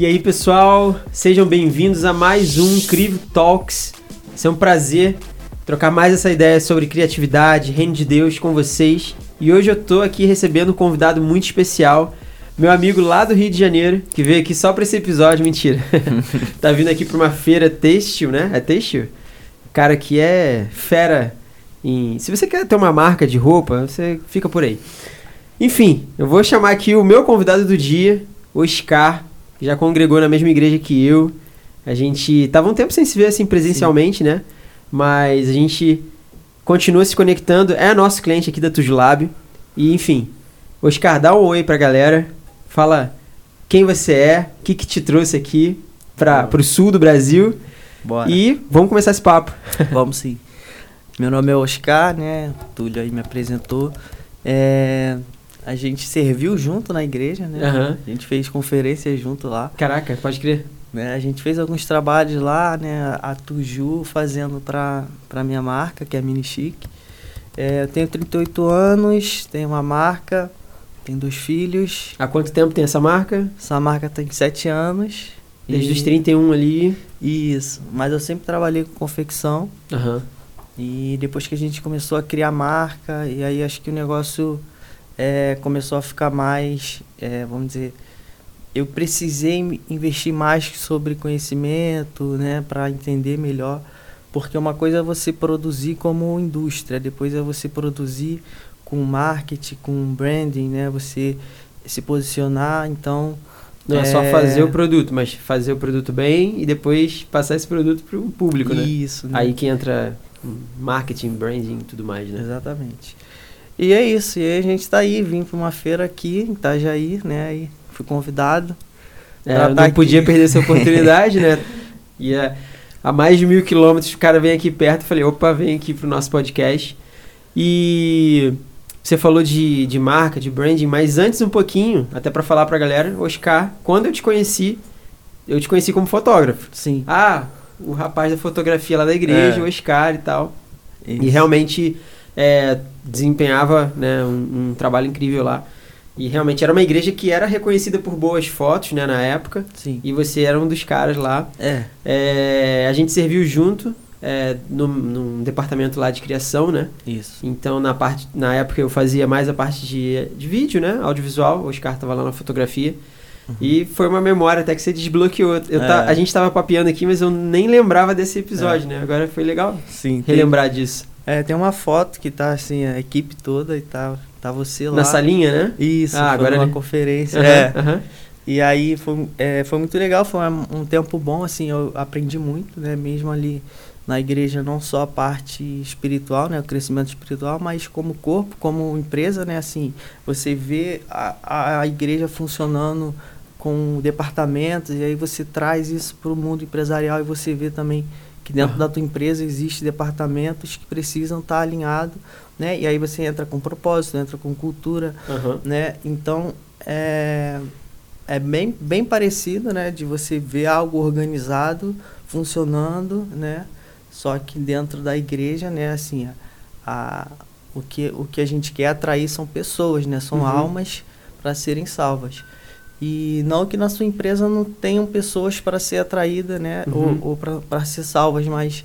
aí, pessoal, sejam bem-vindos a mais um Crivo Talks. É um prazer trocar mais essa ideia sobre criatividade, reino de Deus com vocês. E hoje eu tô aqui recebendo um convidado muito especial, meu amigo lá do Rio de Janeiro, que veio aqui só pra esse episódio, mentira. Tá vindo aqui pra uma feira têxtil, né? É têxtil? Cara que é fera em... Se você quer ter uma marca de roupa, você fica por aí. Enfim, eu vou chamar aqui o meu convidado do dia, Oscar, que já congregou na mesma igreja que eu. A gente tava um tempo sem se ver assim presencialmente, né? Mas a gente continua se conectando. É nosso cliente aqui da Tujulab. E enfim, Oscar, dá um oi pra galera. Fala quem você é, o que te trouxe aqui pro sul do Brasil. Bora. E vamos começar esse papo. Vamos sim. Meu nome é Oscar, né? O Túlio aí me apresentou. A gente serviu junto na igreja, né? Uhum. A gente fez conferência junto lá. Caraca, pode crer. Né? A gente fez alguns trabalhos lá, né? A Tuju fazendo pra minha marca, que é a Mini Chic. Eu tenho 38 anos, tenho uma marca, tenho 2 filhos. Há quanto tempo tem essa marca? Essa marca tem 7 anos. Desde os 31 ali. Isso, mas eu sempre trabalhei com confecção. Aham. E depois que a gente começou a criar marca, e aí acho que o negócio começou a ficar mais, vamos dizer, eu precisei investir mais sobre conhecimento, né, para entender melhor, porque uma coisa é você produzir como indústria, depois é você produzir com marketing, com branding, né, você se posicionar, então... Não é só fazer o produto, mas fazer o produto bem e depois passar esse produto para o público, né? Isso, né? Aí que entra marketing, branding e tudo mais, né? Exatamente. E é isso, e aí a gente tá aí, vim para uma feira aqui em Itajaí, né, aí fui convidado. Eu não podia perder essa oportunidade, né? E a mais de 1.000 quilômetros o cara vem aqui perto, eu falei, opa, vem aqui pro nosso podcast. E você falou de marca, de branding, mas antes um pouquinho, até para falar pra galera, Oscar, quando eu te conheci como fotógrafo. Sim. O rapaz da fotografia lá da igreja, o Oscar e tal. Isso. E realmente desempenhava, né, um trabalho incrível lá. E realmente era uma igreja que era reconhecida por boas fotos, né, na época. Sim. E você era um dos caras lá. A gente serviu junto num departamento lá de criação, né? Isso. Então, na época eu fazia mais a parte de vídeo, né? Audiovisual. O Oscar tava lá na fotografia. Uhum. E foi uma memória até que você desbloqueou. A gente tava papeando aqui, mas eu nem lembrava desse episódio, né? Agora foi legal relembrar disso. Tem uma foto que tá assim, a equipe toda e tá você lá. Na salinha, né? Isso, foi agora numa conferência. Uhum. E aí foi muito legal, foi um tempo bom, assim, eu aprendi muito, né? Mesmo ali na igreja, não só a parte espiritual, né? O crescimento espiritual, mas como corpo, como empresa, né? Assim, você vê a igreja funcionando com departamentos, e aí você traz isso para o mundo empresarial e você vê também que dentro da tua empresa existem departamentos que precisam estar alinhados, né? E aí você entra com propósito, entra com cultura, né? Então, é bem parecido, né? De você ver algo organizado, funcionando, né? Só que dentro da igreja, né? Assim, o que a gente quer atrair são pessoas, né? São almas para serem salvas. E não que na sua empresa não tenham pessoas para ser atraída, né? Ou para ser salvas, mas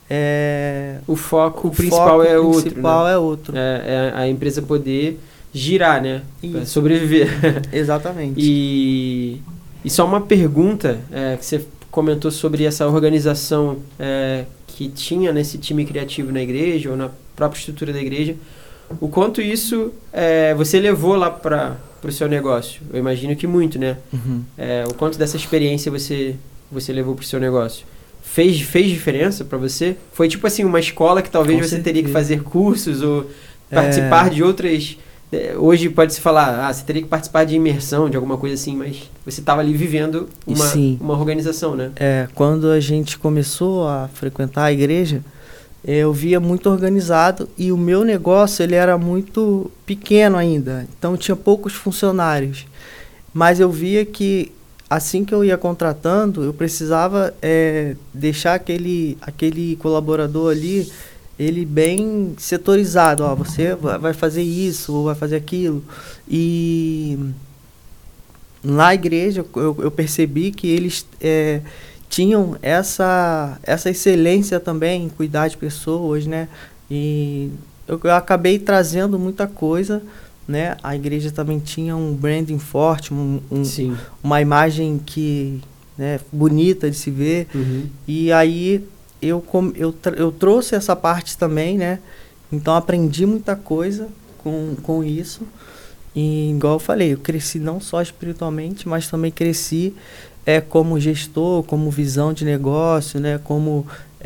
o foco principal é outro. É a empresa poder girar, né? Para sobreviver. Exatamente. E só uma pergunta, que você comentou sobre essa organização que tinha nesse time criativo na igreja ou na própria estrutura da igreja. O quanto isso você levou lá para o seu negócio? Eu imagino que muito, né? O quanto dessa experiência você levou para o seu negócio? Fez diferença para você? Foi tipo assim, uma escola que talvez você teria que fazer cursos ou participar de outras... Hoje pode-se falar, você teria que participar de imersão, de alguma coisa assim, mas você estava ali vivendo uma organização, né? Quando a gente começou a frequentar a igreja, eu via muito organizado e o meu negócio ele era muito pequeno ainda, então tinha poucos funcionários. Mas eu via que assim que eu ia contratando, eu precisava deixar aquele colaborador ali, ele bem setorizado. Você vai fazer isso ou vai fazer aquilo. E na igreja eu percebi que eles tinham essa excelência também em cuidar de pessoas, né? E eu acabei trazendo muita coisa, né? A igreja também tinha um branding forte, uma imagem que, né, bonita de se ver. E aí eu trouxe essa parte também, né? Então aprendi muita coisa com isso. E igual eu falei, eu cresci não só espiritualmente, mas também cresci como gestor, como visão de negócio, né? Como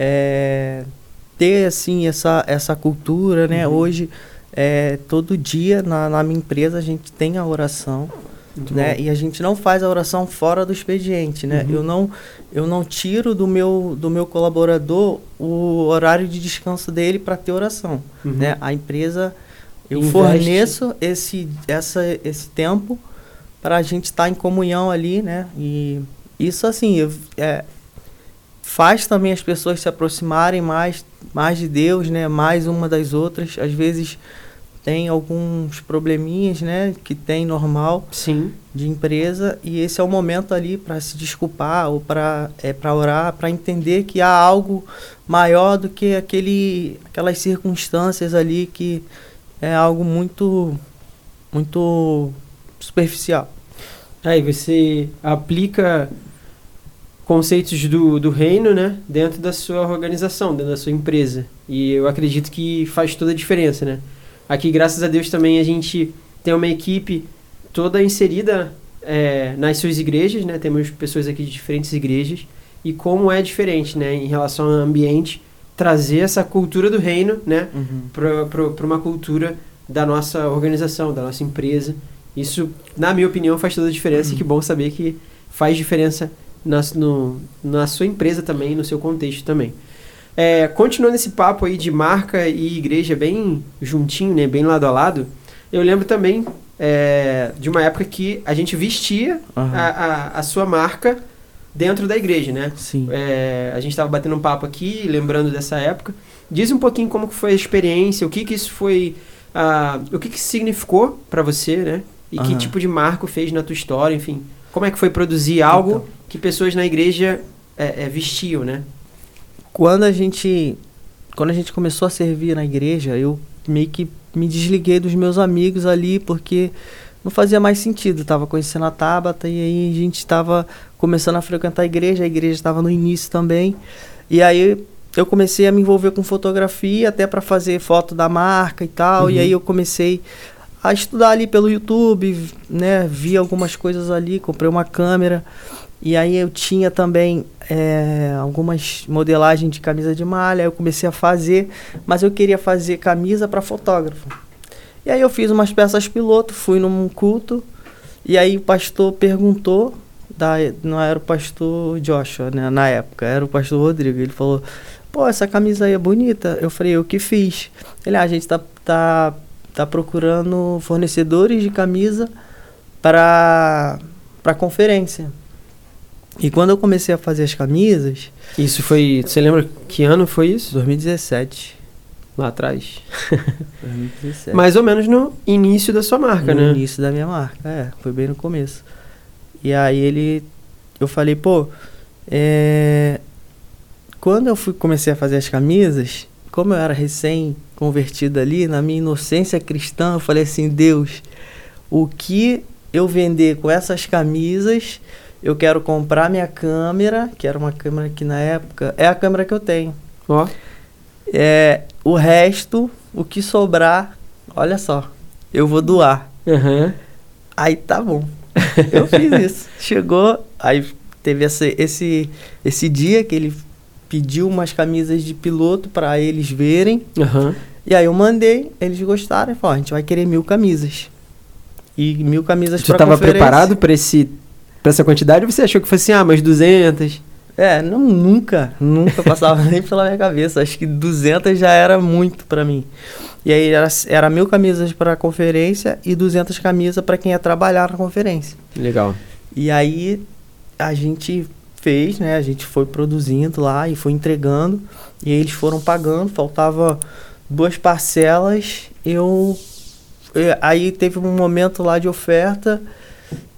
ter assim essa cultura, né? Hoje, todo dia na minha empresa a gente tem a oração, né? E a gente não faz a oração fora do expediente, né? Eu não tiro do meu colaborador o horário de descanso dele para ter oração, né? A empresa, eu forneço esse tempo para a gente estar em comunhão ali, né? E isso, assim, faz também as pessoas se aproximarem mais de Deus, né? Mais uma das outras. Às vezes tem alguns probleminhas, né? Que tem normal. Sim. De empresa, e esse é o momento ali para se desculpar ou para orar, para entender que há algo maior do que aquelas circunstâncias ali, que é algo muito, muito superficial. Aí você aplica conceitos do reino, né, dentro da sua organização, dentro da sua empresa. E eu acredito que faz toda a diferença, né? Aqui, graças a Deus, também a gente tem uma equipe toda inserida nas suas igrejas, né? Temos pessoas aqui de diferentes igrejas. E como é diferente, né, em relação ao ambiente, trazer essa cultura do reino, né, para uma cultura da nossa organização, da nossa empresa. Isso, na minha opinião, faz toda a diferença. E que bom saber que faz diferença na sua empresa também, no seu contexto também. Continuando esse papo aí de marca e igreja bem juntinho, né, bem lado a lado, eu lembro também de uma época que a gente vestia a sua marca dentro da igreja, né? Sim. A gente estava batendo um papo aqui, lembrando dessa época. Diz um pouquinho como que foi a experiência, o que isso foi, o que significou para você, né? E que tipo de marco fez na tua história, enfim. Como é que foi produzir algo que pessoas na igreja vestiam, né? Quando a gente começou a servir na igreja, eu meio que me desliguei dos meus amigos ali, porque não fazia mais sentido. Estava conhecendo a Tabata e aí a gente estava começando a frequentar a igreja estava no início também. E aí eu comecei a me envolver com fotografia, até para fazer foto da marca e tal. E aí eu comecei a estudar ali pelo YouTube, né? Vi algumas coisas ali, comprei uma câmera. E aí eu tinha também algumas modelagens de camisa de malha, eu comecei a fazer, mas eu queria fazer camisa para fotógrafo. E aí eu fiz umas peças piloto, fui num culto, e aí o pastor perguntou, não era o pastor Joshua, né, na época, era o pastor Rodrigo. Ele falou, pô, essa camisa aí é bonita. Eu falei, eu que fiz. Ele, a gente tá procurando fornecedores de camisa para conferência. E quando eu comecei a fazer as camisas... Isso foi... Você lembra que ano foi isso? 2017. Lá atrás. 2017. Mais ou menos no início da sua marca, né? No início da minha marca, foi bem no começo. E aí eu falei, pô... Quando eu comecei a fazer as camisas, como eu era recém-convertido ali, na minha inocência cristã, eu falei assim, Deus, o que eu vender com essas camisas... Eu quero comprar minha câmera, que era uma câmera que na época... É a câmera que eu tenho. Ó. O resto, o que sobrar, olha só, eu vou doar. Aí tá bom. Eu fiz isso. Chegou, aí teve esse dia que ele pediu umas camisas de piloto para eles verem. E aí eu mandei, eles gostaram e falaram, a gente vai querer 1000 camisas. E 1000 camisas para conferência. Você estava preparado para essa quantidade, ou você achou que fosse mais 200? Nunca passava nem pela minha cabeça. Acho que 200 já era muito para mim. E aí era 1000 camisas para a conferência e 200 camisas para quem ia trabalhar na conferência. Legal. E aí a gente fez, né? A gente foi produzindo lá e foi entregando. E aí eles foram pagando, faltava 2 parcelas. Aí teve um momento lá de oferta.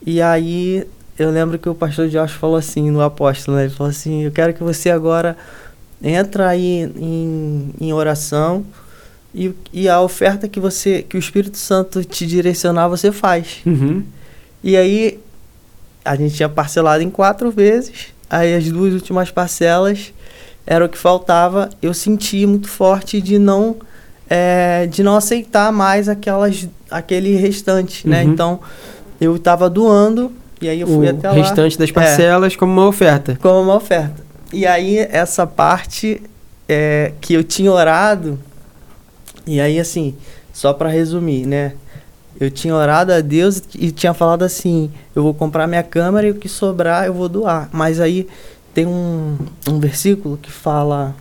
E aí eu lembro que o pastor Josh falou assim, no apóstolo, né? Ele falou assim, eu quero que você agora entra aí em oração e a oferta que o Espírito Santo te direcionar, você faz. Uhum. E aí a gente tinha parcelado em 4 vezes, aí as 2 últimas parcelas era o que faltava. Eu senti muito forte de não aceitar mais aquele restante, né? Uhum. Então eu estava doando e aí eu fui até lá. O restante das parcelas como uma oferta. Como uma oferta. E aí essa parte que eu tinha orado, e aí assim, só para resumir, né? Eu tinha orado a Deus e tinha falado assim, eu vou comprar minha câmera e o que sobrar eu vou doar. Mas aí tem um versículo que fala,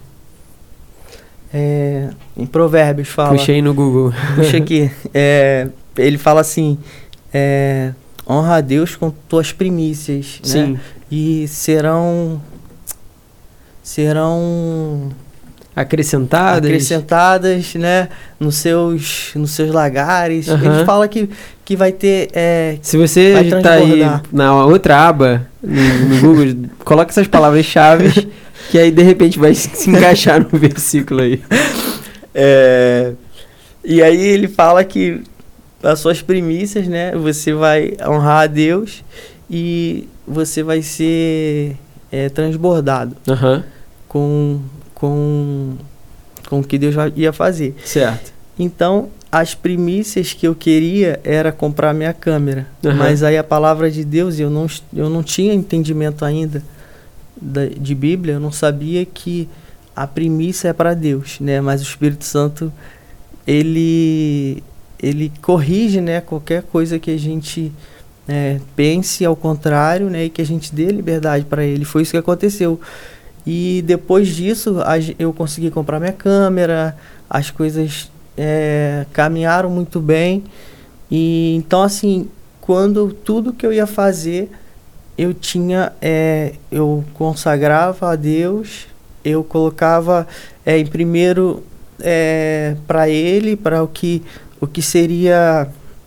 em Provérbios fala... Puxei no Google. Puxa aqui. Ele fala assim, honra a Deus com tuas primícias, Sim. né? E serão acrescentadas, né, nos seus lagares. Uhum. Ele fala que vai ter... Se você está aí na outra aba, no Google, coloca essas palavras-chave, que aí de repente vai se encaixar no versículo aí. E aí ele fala que as suas primícias, né, você vai honrar a Deus e você vai ser transbordado com o que Deus ia fazer. Certo. Então, as primícias que eu queria era comprar minha câmera. Mas aí a palavra de Deus, eu não tinha entendimento ainda de Bíblia, eu não sabia que a primícia é para Deus, né? Mas o Espírito Santo, ele corrige, né, qualquer coisa que a gente pense ao contrário, né, e que a gente dê liberdade para ele. Foi isso que aconteceu. E depois disso, eu consegui comprar minha câmera, as coisas caminharam muito bem. E então, assim, quando tudo que eu ia fazer, eu consagrava a Deus, eu colocava em primeiro para ele, para o que seria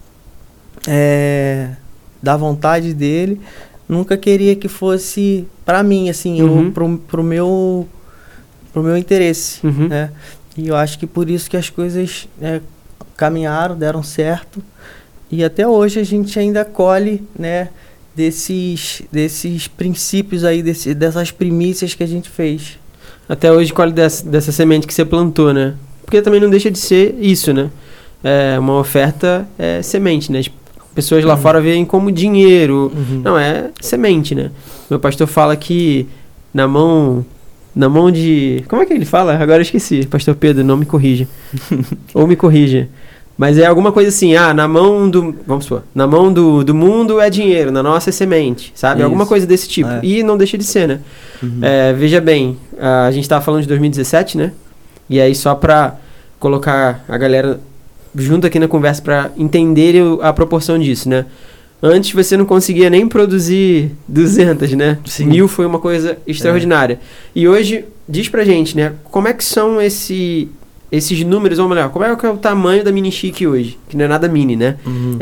da vontade dele. Nunca queria que fosse para mim, assim, pro meu interesse, né? E eu acho que por isso que as coisas caminharam, deram certo. E até hoje a gente ainda colhe, né, desses princípios aí, dessas primícias que a gente fez. Até hoje colhe dessa semente que você plantou, né? Porque também não deixa de ser isso, né? Uma oferta semente, né? Pessoas lá fora veem como dinheiro. Não, é semente, né? Meu pastor fala que na mão de... Como é que ele fala? Agora eu esqueci. Pastor Pedro, não me corrija. Ou me corrija. Mas é alguma coisa assim, na mão do... Vamos supor. Na mão do mundo é dinheiro, na nossa é semente, sabe? Isso. Alguma coisa desse tipo. E não deixa de ser, né? Veja bem, a gente tava falando de 2017, né? E aí só pra colocar a galera junto aqui na conversa para entender a proporção disso, né? Antes você não conseguia nem produzir 200, né? Sim. 1000 foi uma coisa extraordinária. E hoje, diz pra gente, né? Como é que são esses números, ou melhor, como é que é o tamanho da Mini Chique hoje? Que não é nada mini, né?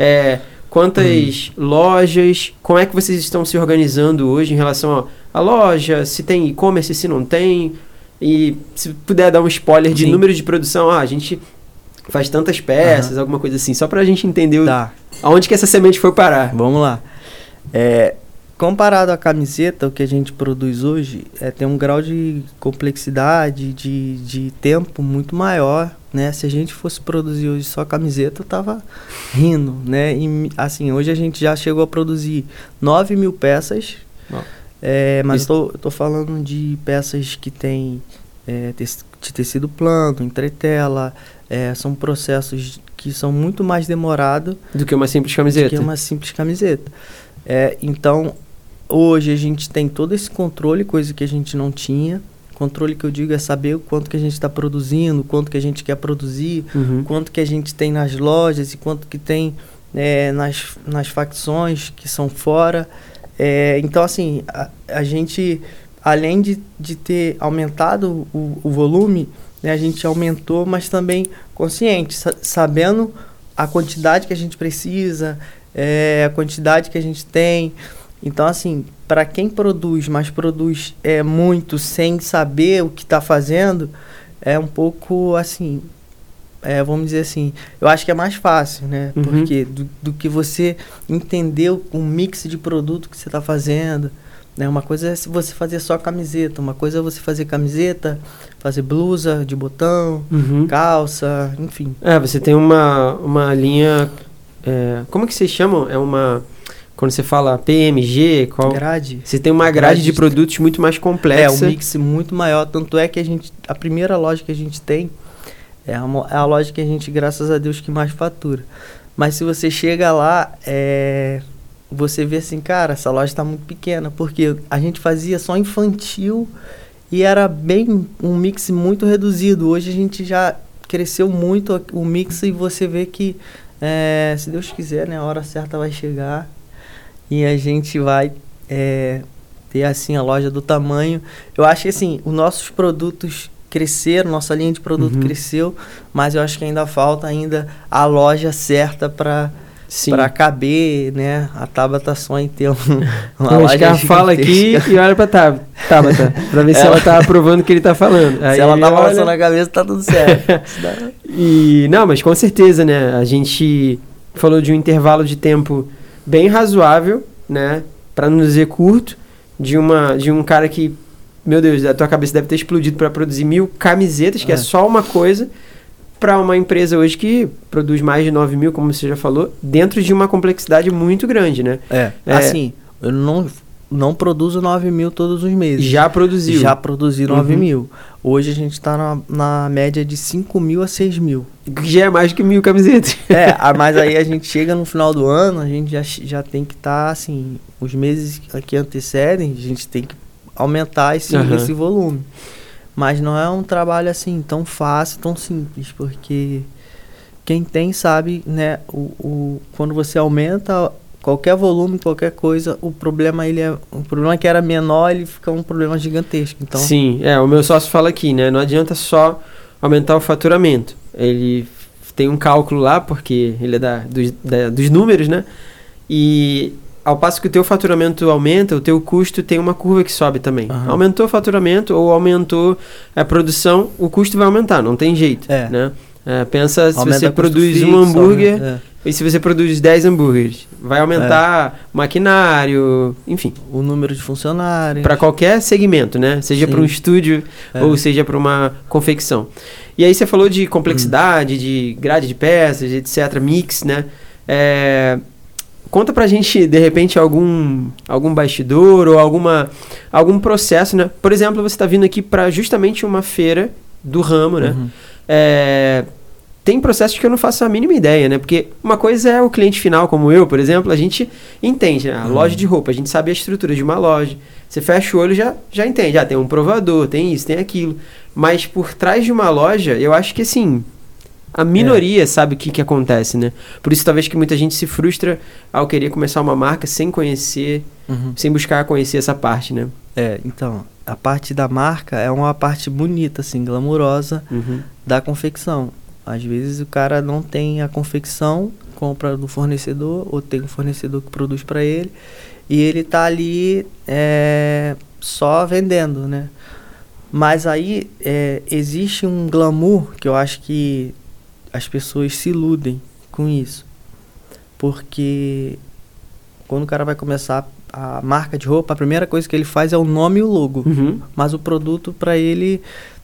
Quantas lojas, como é que vocês estão se organizando hoje em relação à loja, se tem e-commerce, se não tem, e se puder dar um spoiler de número de produção, a gente faz tantas peças, alguma coisa assim, só pra gente entender aonde que essa semente foi parar. Vamos lá. Comparado à camiseta, o que a gente produz hoje tem um grau de complexidade, de tempo muito maior, né? Se a gente fosse produzir hoje só camiseta, eu tava rindo, né? E, assim, hoje a gente já chegou a produzir 9.000 peças, mas tô falando de peças que tem de tecido plano, entretela, são processos que são muito mais demorados do que uma simples camiseta. Então, hoje a gente tem todo esse controle, coisa que a gente não tinha. Controle que eu digo é saber o quanto que a gente está produzindo, o quanto que a gente quer produzir, quanto que a gente tem nas lojas e quanto que tem nas facções que são fora. Então, assim, a gente, além de ter aumentado o volume, né, a gente aumentou, mas também consciente, sabendo a quantidade que a gente precisa, a quantidade que a gente tem. Então, assim, para quem produz, mas produz muito sem saber o que está fazendo, é um pouco, assim, vamos dizer assim, eu acho que é mais fácil, né? Uhum. Porque do que você entender o mix de produto que você está fazendo, né? Uma coisa é se você fazer só camiseta, uma coisa é você fazer camiseta, fazer blusa de botão, calça, enfim. Você tem uma linha... como que vocês chamam? Quando você fala PMG, Grade. Você tem uma grade de produtos muito mais complexa. Um mix muito maior. Tanto é que a primeira loja que a gente tem é a loja que a gente, graças a Deus, que mais fatura. Mas se você chega lá, você vê assim, cara, essa loja está muito pequena. Porque a gente fazia só infantil e era bem um mix muito reduzido. Hoje a gente já cresceu muito o mix e você vê que, se Deus quiser, né, a hora certa vai chegar. E a gente vai ter assim a loja do tamanho. Eu acho que assim, os nossos produtos cresceram, nossa linha de produto cresceu, mas eu acho que ainda falta a loja certa para caber, né? A Tabata sonha em ter uma loja gigantesca. Fala aqui e olha pra Tabata pra ver se ela tá aprovando o que ele tá falando. Se ela tá balançando a cabeça, tá tudo certo. Não, mas com certeza, né? A gente falou de um intervalo de tempo bem razoável, né, para não dizer curto, de um cara que, meu Deus, a tua cabeça deve ter explodido para produzir 1000 camisetas, que é só uma coisa, para uma empresa hoje que produz mais de 9.000, como você já falou, dentro de uma complexidade muito grande, né? Assim, eu não produzo 9.000 todos os meses. Já produziu? Já produzi 9.000. Hoje a gente está na média de 5.000 a 6.000. Que já é mais que 1000 camisetas. Mas aí a gente chega no final do ano, a gente já tem que estar, assim, os meses que antecedem, a gente tem que aumentar esse volume. Mas não é um trabalho, assim, tão fácil, tão simples, porque quem tem sabe, né, quando você aumenta qualquer volume, qualquer coisa, o problema que era menor, ele fica um problema gigantesco. Então... Sim, o meu sócio fala aqui, né? Não adianta só aumentar o faturamento. Ele tem um cálculo lá, porque ele é dos números, né? E ao passo que o teu faturamento aumenta, o teu custo tem uma curva que sobe também. Aumentou o faturamento ou aumentou a produção, o custo vai aumentar, não tem jeito, né? Pensa se você produz um hambúrguer e se você produz 10 hambúrgueres. Vai aumentar maquinário, enfim. O número de funcionários. Para qualquer segmento, né? Seja para um estúdio ou seja para uma confecção. E aí você falou de complexidade, de grade de peças, etc., mix, né? Conta pra gente, de repente, algum bastidor ou algum processo, né? Por exemplo, você está vindo aqui para justamente uma feira do ramo, né? Tem processos que eu não faço a mínima ideia, né? Porque uma coisa é o cliente final, como eu, por exemplo, a gente entende, né? A loja de roupa, a gente sabe a estrutura de uma loja. Você fecha o olho e já entende. Tem um provador, tem isso, tem aquilo. Mas por trás de uma loja, eu acho que, assim, a minoria sabe o que acontece, né? Por isso, talvez, que muita gente se frustra ao querer começar uma marca sem conhecer, sem buscar conhecer essa parte, né? Então, a parte da marca é uma parte bonita, assim, glamurosa da confecção. Às vezes o cara não tem a confecção, compra do fornecedor, ou tem um fornecedor que produz para ele, e ele tá ali só vendendo, né? Mas aí existe um glamour que eu acho que as pessoas se iludem com isso. Porque quando o cara vai começar a marca de roupa, a primeira coisa que ele faz é o nome e o logo. Mas o produto, para ele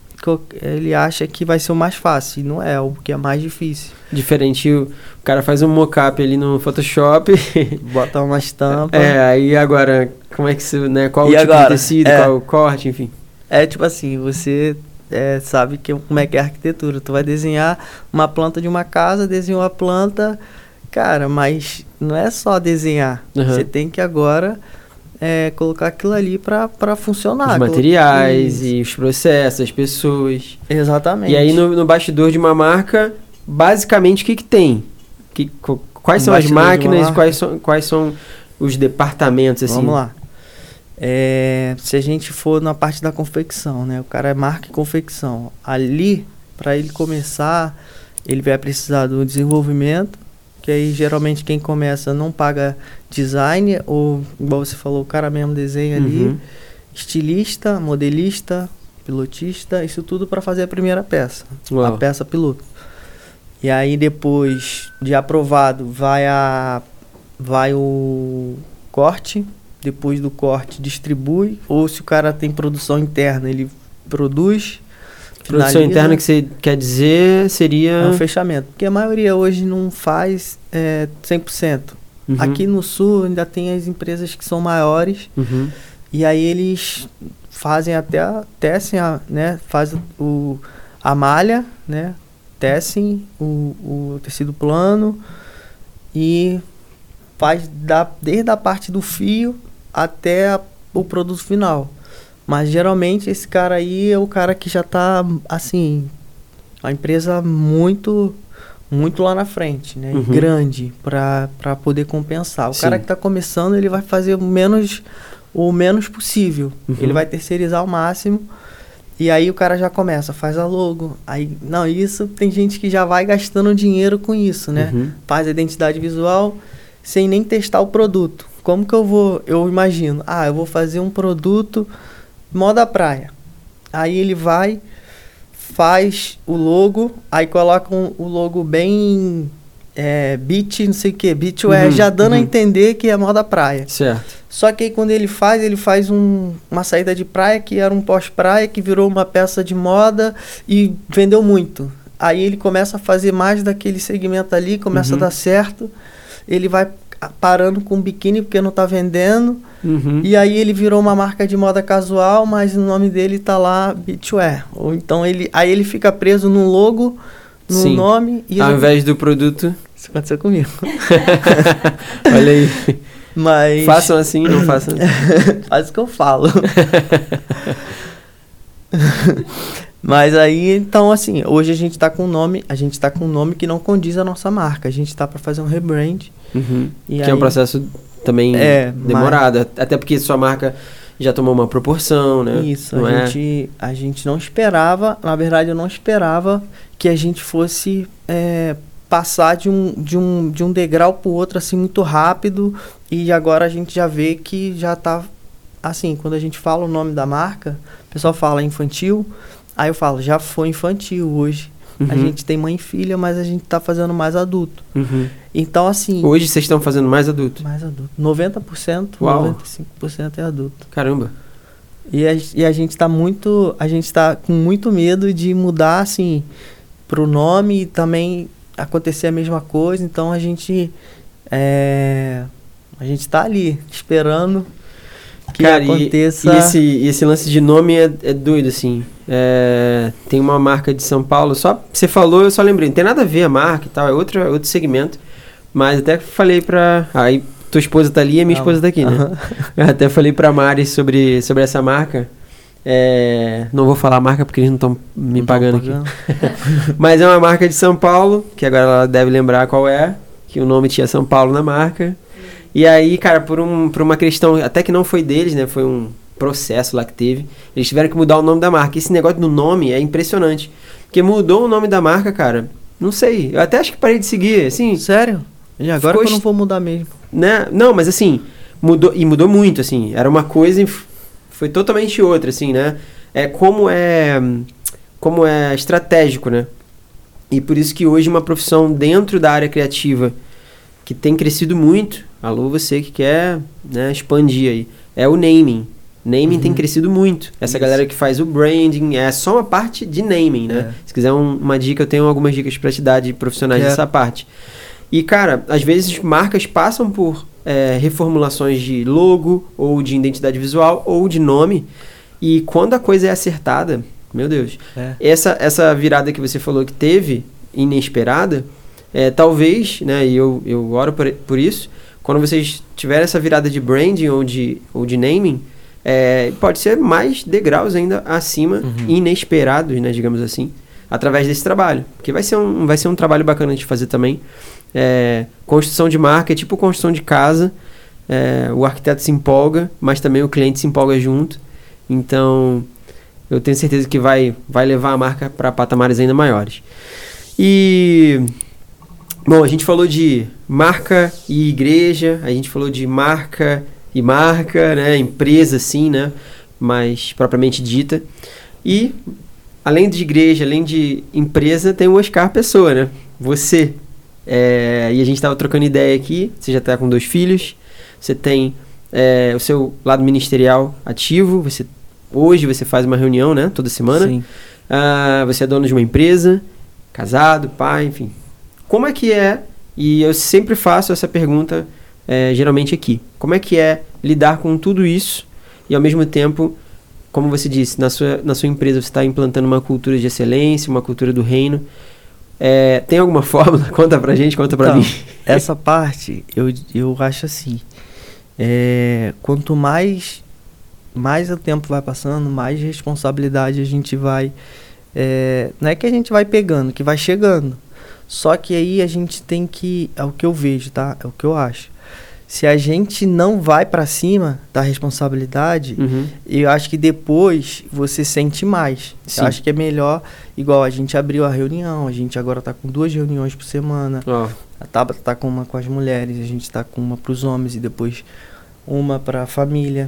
acha que vai ser o mais fácil, e não é, o que é mais difícil. Diferente, o cara faz um mock-up ali no Photoshop, bota uma estampa. Aí agora, como é que você, né, qual o tipo de tecido, qual o corte, enfim. Tipo assim, você sabe como é que é a arquitetura. Tu vai desenhar uma planta de uma casa, desenhou a planta, cara, mas não é só desenhar. Você tem que agora colocar aquilo ali para funcionar. Os materiais e os processos, as pessoas. Exatamente. E aí no bastidor de uma marca, basicamente o que tem? Quais são as máquinas e quais são os departamentos, assim? Vamos lá. Se a gente for na parte da confecção, né? O cara é marca e confecção. Ali, para ele começar, ele vai precisar do desenvolvimento, que aí geralmente quem começa não paga design, ou igual você falou, o cara mesmo desenha ali, estilista, modelista, pilotista, isso tudo para fazer a primeira peça, a peça piloto. E aí depois de aprovado vai o corte, depois do corte distribui, ou se o cara tem produção interna, ele produz, Produção finaliza. interna que você quer dizer seria... É um fechamento, porque a maioria hoje não faz 100%. Aqui no sul ainda tem as empresas que são maiores, e aí eles fazem tecem fazem a malha, né? Tecem o tecido plano e faz desde a parte do fio até o produto final. Mas geralmente esse cara aí é o cara que já tá, assim, a empresa muito lá na frente, né? Grande, para poder compensar. O cara que tá começando, ele vai fazer o menos possível. Ele vai terceirizar ao máximo. E aí o cara já começa, faz a logo. Aí, não, isso tem gente que já vai gastando dinheiro com isso, né? Faz a identidade visual sem nem testar o produto. Como que eu imagino, eu vou fazer um produto moda praia. Aí ele vai, faz o logo, aí coloca o logo bem beach, não sei o que, beachwear, já dando a entender que é moda praia. Certo. Só que aí quando ele faz uma saída de praia que era um pós-praia, que virou uma peça de moda e vendeu muito. Aí ele começa a fazer mais daquele segmento ali, começa a dar certo, ele vai parando com biquíni porque não tá vendendo, e aí ele virou uma marca de moda casual, mas o nome dele tá lá beachwear. Ou então ele fica preso no logo, no nome, e ao invés do produto. Isso aconteceu comigo. Olha aí. Mas façam assim, não façam assim. Faz o que eu falo. Mas aí, então, assim, hoje a gente tá com um nome que não condiz a nossa marca. A gente tá para fazer um rebrand. Que é um processo também demorado. Até porque sua marca já tomou uma proporção, né? Isso, a gente não esperava, na verdade eu não esperava que a gente fosse passar de um degrau pro outro assim muito rápido, e agora a gente já vê que já tá assim, quando a gente fala o nome da marca, o pessoal fala infantil, aí eu falo, já foi infantil hoje. A gente tem mãe e filha, mas a gente tá fazendo mais adulto. Então, assim... Hoje vocês estão fazendo mais adulto? Mais adulto. 90%, Uau. 95% é adulto. Caramba. E a gente tá com muito medo de mudar, assim, pro nome e também acontecer a mesma coisa. Então, a gente tá ali, esperando que aconteça... E esse lance de nome é doido, assim. Tem uma marca de São Paulo, só você falou, eu só lembrei, não tem nada a ver a marca e tal, é outro segmento, mas até falei aí tua esposa tá ali e a minha esposa tá aqui, né? Eu até falei pra Mari sobre essa marca, não vou falar a marca porque eles não estão me pagando aqui, mas é uma marca de São Paulo, que agora ela deve lembrar qual é, que o nome tinha São Paulo na marca, e aí, cara, por uma questão, até que não foi deles, né, foi um processo lá que teve, eles tiveram que mudar o nome da marca. Esse negócio do nome é impressionante, porque mudou o nome da marca, cara, não sei, eu até acho que parei de seguir, assim. Sério? E agora que eu não vou mudar mesmo. Né? Não, mas assim, mudou muito, assim, era uma coisa e foi totalmente outra, assim, né, como é estratégico, né, e por isso que hoje uma profissão dentro da área criativa que tem crescido muito, alô você que quer, né, expandir aí, é o naming. Naming tem crescido muito. Essa galera que faz o branding é só uma parte de naming, né? Se quiser uma dica, eu tenho algumas dicas pra te dar de profissionais dessa parte. E, cara, às vezes marcas passam por reformulações de logo, ou de identidade visual, ou de nome. E quando a coisa é acertada, meu Deus, essa virada que você falou que teve, inesperada, talvez, né, e eu oro por isso, quando vocês tiverem essa virada de branding ou de naming, pode ser mais degraus ainda acima, inesperados, né, digamos assim, através desse trabalho. Porque vai ser um trabalho bacana de fazer também. Construção de marca é tipo construção de casa. O arquiteto se empolga, mas também o cliente se empolga junto. Então, eu tenho certeza que vai levar a marca para patamares ainda maiores. E Bom, a gente falou de marca e igreja, a gente falou de marca e marca, né? Empresa, sim, né? Mais propriamente dita. E, além de igreja, além de empresa, tem o Oscar Pessoa, né? Você. E a gente estava trocando ideia aqui, você já está com 2 filhos, você tem o seu lado ministerial ativo, hoje você faz uma reunião, né? Toda semana. Sim. Você é dono de uma empresa, casado, pai, enfim. Como é que é, e eu sempre faço essa pergunta geralmente aqui, como é que é lidar com tudo isso e ao mesmo tempo, como você disse, na sua empresa você está implantando uma cultura de excelência, uma cultura do reino. Tem alguma fórmula? Conta pra gente, conta pra mim. Essa parte, eu acho assim, quanto mais o tempo vai passando, mais responsabilidade a gente vai... não é que a gente vai pegando, que vai chegando. Só que aí a gente tem que... É o que eu vejo, tá? É o que eu acho. Se a gente não vai pra cima da responsabilidade, eu acho que depois você sente mais. Sim. Eu acho que é melhor... Igual a gente abriu a reunião, a gente agora tá com 2 reuniões por semana. A Tabata tá com uma com as mulheres, a gente tá com uma pros homens e depois uma pra família.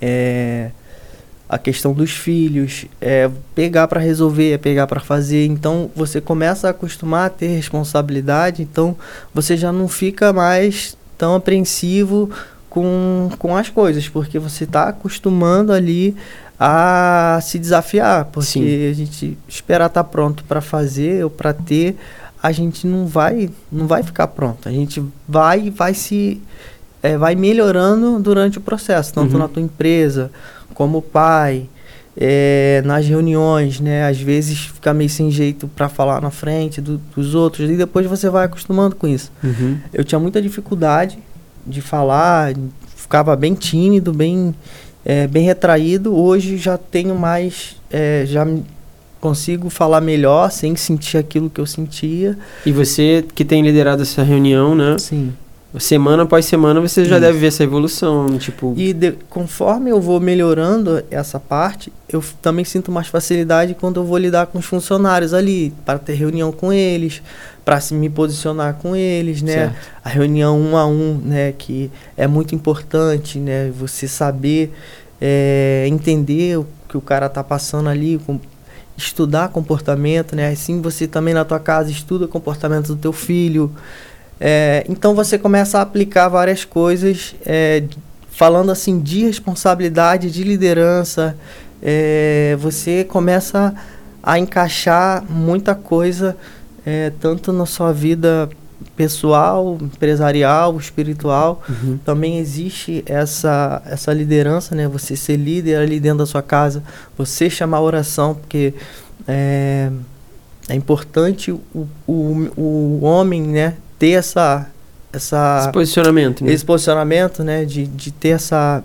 A questão dos filhos, pegar para resolver, pegar para fazer. Então, você começa a acostumar a ter responsabilidade, então você já não fica mais tão apreensivo com as coisas, porque você está acostumando ali a se desafiar, porque Sim. A gente esperar estar pronto para fazer ou para ter, a gente não vai ficar pronto. A gente vai melhorando durante o processo, tanto na tua empresa, como pai, nas reuniões, né? Às vezes fica meio sem jeito para falar na frente dos outros, e depois você vai acostumando com isso. Eu tinha muita dificuldade de falar, ficava bem tímido, bem retraído. Hoje já tenho mais, já consigo falar melhor, sem sentir aquilo que eu sentia. E você que tem liderado essa reunião, né? Sim. Semana após semana você já deve ver essa evolução, tipo... E conforme eu vou melhorando essa parte, eu também sinto mais facilidade quando eu vou lidar com os funcionários ali, para ter reunião com eles, para me posicionar com eles, né? Certo. A reunião 1 a 1, né? Que é muito importante, né? Você saber entender o que o cara tá passando ali, estudar comportamento, né? Assim você também na tua casa estuda o comportamento do teu filho. Então você começa a aplicar várias coisas, falando assim de responsabilidade, de liderança, você começa a encaixar muita coisa, tanto na sua vida pessoal, empresarial, espiritual. Também existe essa liderança, né? Você ser líder ali dentro da sua casa, você chamar a oração, porque é importante o homem, né? Ter esse posicionamento, né? Esse posicionamento, né? De ter essa...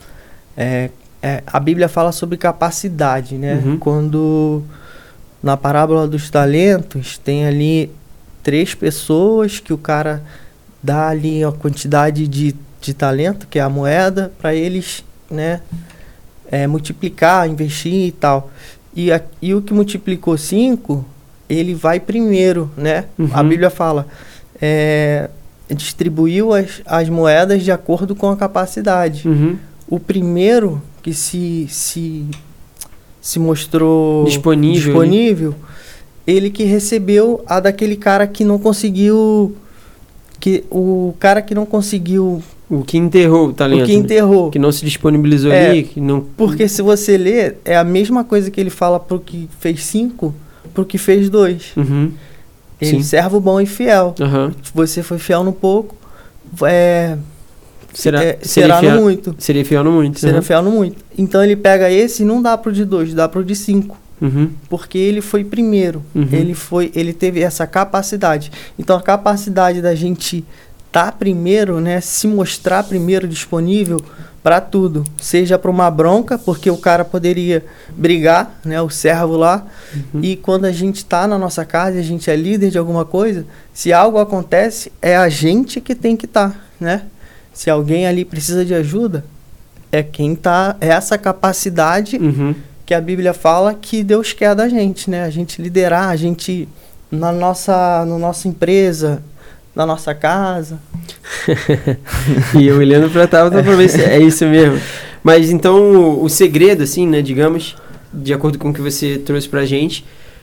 a Bíblia fala sobre capacidade, né? Quando na parábola dos talentos tem ali 3 pessoas que o cara dá ali a quantidade de talento, que é a moeda, para eles, né? Multiplicar, investir e tal. E o que multiplicou 5, ele vai primeiro, né? A Bíblia fala... distribuiu as moedas de acordo com a capacidade. O primeiro que se mostrou disponível, ele que recebeu a daquele cara que não conseguiu, o que enterrou o talento, que não se disponibilizou ali, que não... Porque se você ler, é a mesma coisa que ele fala pro que fez 5, pro que fez 2. Ele, servo bom e fiel. Você foi fiel no pouco, será no muito. Seria fiel no muito. Seria fiel no muito. Então ele pega esse e não dá pro de 2, dá pro de 5. Porque ele foi primeiro. Ele teve essa capacidade. Então a capacidade da gente estar primeiro, né? Se mostrar primeiro disponível para tudo. Seja para uma bronca, porque o cara poderia brigar, né? O servo lá. E quando a gente está na nossa casa e a gente é líder de alguma coisa, se algo acontece, é a gente que tem que estar, né? Se alguém ali precisa de ajuda, é quem tá... É essa capacidade que a Bíblia fala que Deus quer da gente, né? A gente liderar, a gente... Na nossa empresa, da nossa casa. E eu olhando pra pra ver se é isso mesmo. Mas então, o segredo, assim, né, digamos, de acordo com o que você trouxe pra gente,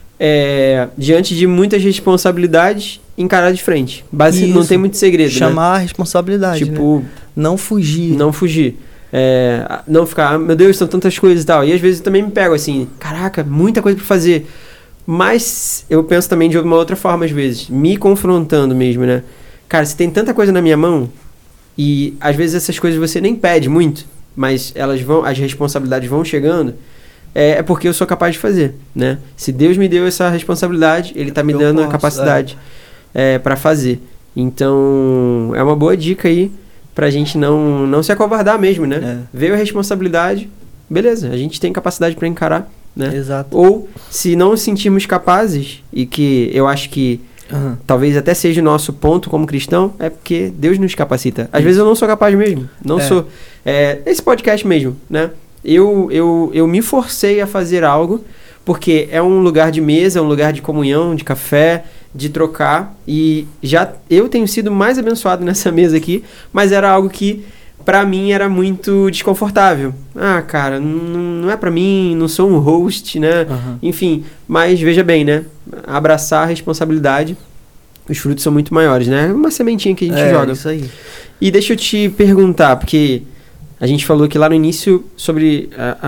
diante de muitas responsabilidades, encarar de frente. Não tem muito segredo, chamar a responsabilidade, tipo, né? Não fugir. Não fugir. Não ficar, meu Deus, são tantas coisas e tal. E às vezes eu também me pego assim, caraca, muita coisa pra fazer. Mas eu penso também de uma outra forma, às vezes, me confrontando mesmo, né? Cara, se tem tanta coisa na minha mão, e às vezes essas coisas você nem pede muito, mas as responsabilidades vão chegando, é porque eu sou capaz de fazer, né? Se Deus me deu essa responsabilidade, Ele tá me dando a capacidade para fazer. Então, é uma boa dica aí pra gente não se acovardar mesmo, né? Veio a responsabilidade, beleza, a gente tem capacidade para encarar, né? Exato. Ou, se não nos sentirmos capazes, e que eu acho que talvez até seja o nosso ponto como cristão, é porque Deus nos capacita. Às vezes eu não sou capaz mesmo, não sou. Esse podcast mesmo, né? Eu me forcei a fazer algo, porque é um lugar de mesa, é um lugar de comunhão, de café, de trocar, e já eu tenho sido mais abençoado nessa mesa aqui, mas era algo que pra mim era muito desconfortável. Cara, não é pra mim, não sou um host, né? Enfim, mas veja bem, né? Abraçar a responsabilidade, os frutos são muito maiores, né? Uma sementinha que a gente joga. Isso aí. E deixa eu te perguntar, porque a gente falou aqui lá no início sobre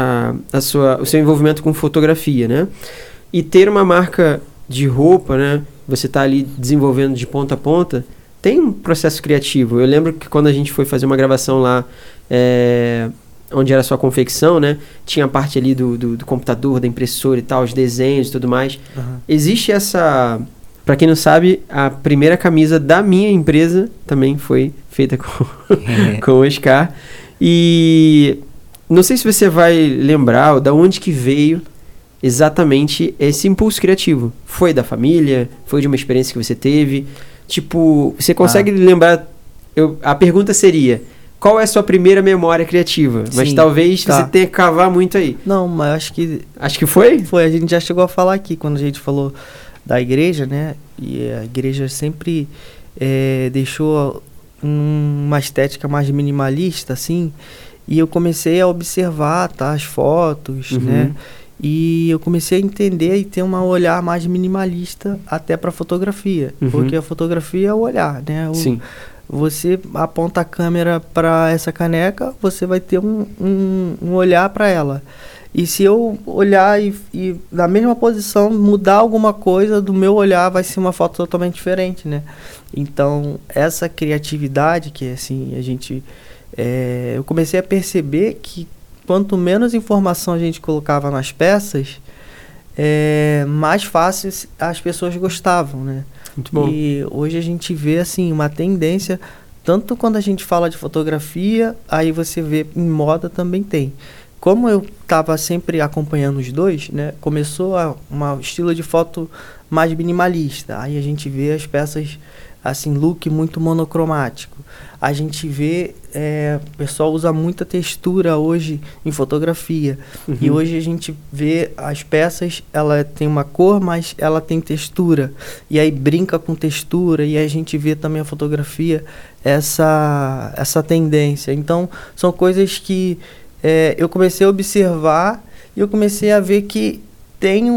o seu envolvimento com fotografia, né? E ter uma marca de roupa, né? Você tá ali desenvolvendo de ponta a ponta, tem um processo criativo. Eu lembro que quando a gente foi fazer uma gravação lá, onde era a sua confecção, né? Tinha a parte ali do computador, da impressora e tal, os desenhos e tudo mais. Existe essa... Pra quem não sabe, a primeira camisa da minha empresa também foi feita com o Oscar. E não sei se você vai lembrar da onde que veio exatamente esse impulso criativo. Foi da família? Foi de uma experiência que você teve? Tipo, você consegue lembrar... A pergunta seria, qual é a sua primeira memória criativa? Mas talvez você tenha que cavar muito aí. Não, mas acho que... Acho que foi? Foi, a gente já chegou a falar aqui, quando a gente falou da igreja, né? E a igreja sempre deixou uma estética mais minimalista, assim. E eu comecei a observar, as fotos, né? E eu comecei a entender e ter um olhar mais minimalista até para fotografia. Porque a fotografia é o olhar, né? Sim. Você aponta a câmera para essa caneca, você vai ter um olhar para ela. E se eu olhar e na mesma posição mudar alguma coisa, do meu olhar vai ser uma foto totalmente diferente, né? Então, essa criatividade que, assim, eu comecei a perceber que quanto menos informação a gente colocava nas peças, mais fácil as pessoas gostavam, né? Muito bom. E hoje a gente vê, assim, uma tendência, tanto quando a gente fala de fotografia, aí você vê em moda também tem. Como eu estava sempre acompanhando os dois, né? Começou um estilo de foto mais minimalista. Aí a gente vê as peças, assim, look muito monocromático. A gente vê, o pessoal usa muita textura hoje em fotografia. E hoje a gente vê as peças, ela tem uma cor, mas ela tem textura. E aí brinca com textura, e a gente vê também a fotografia, essa tendência. Então, são coisas que eu comecei a observar e eu comecei a ver que tem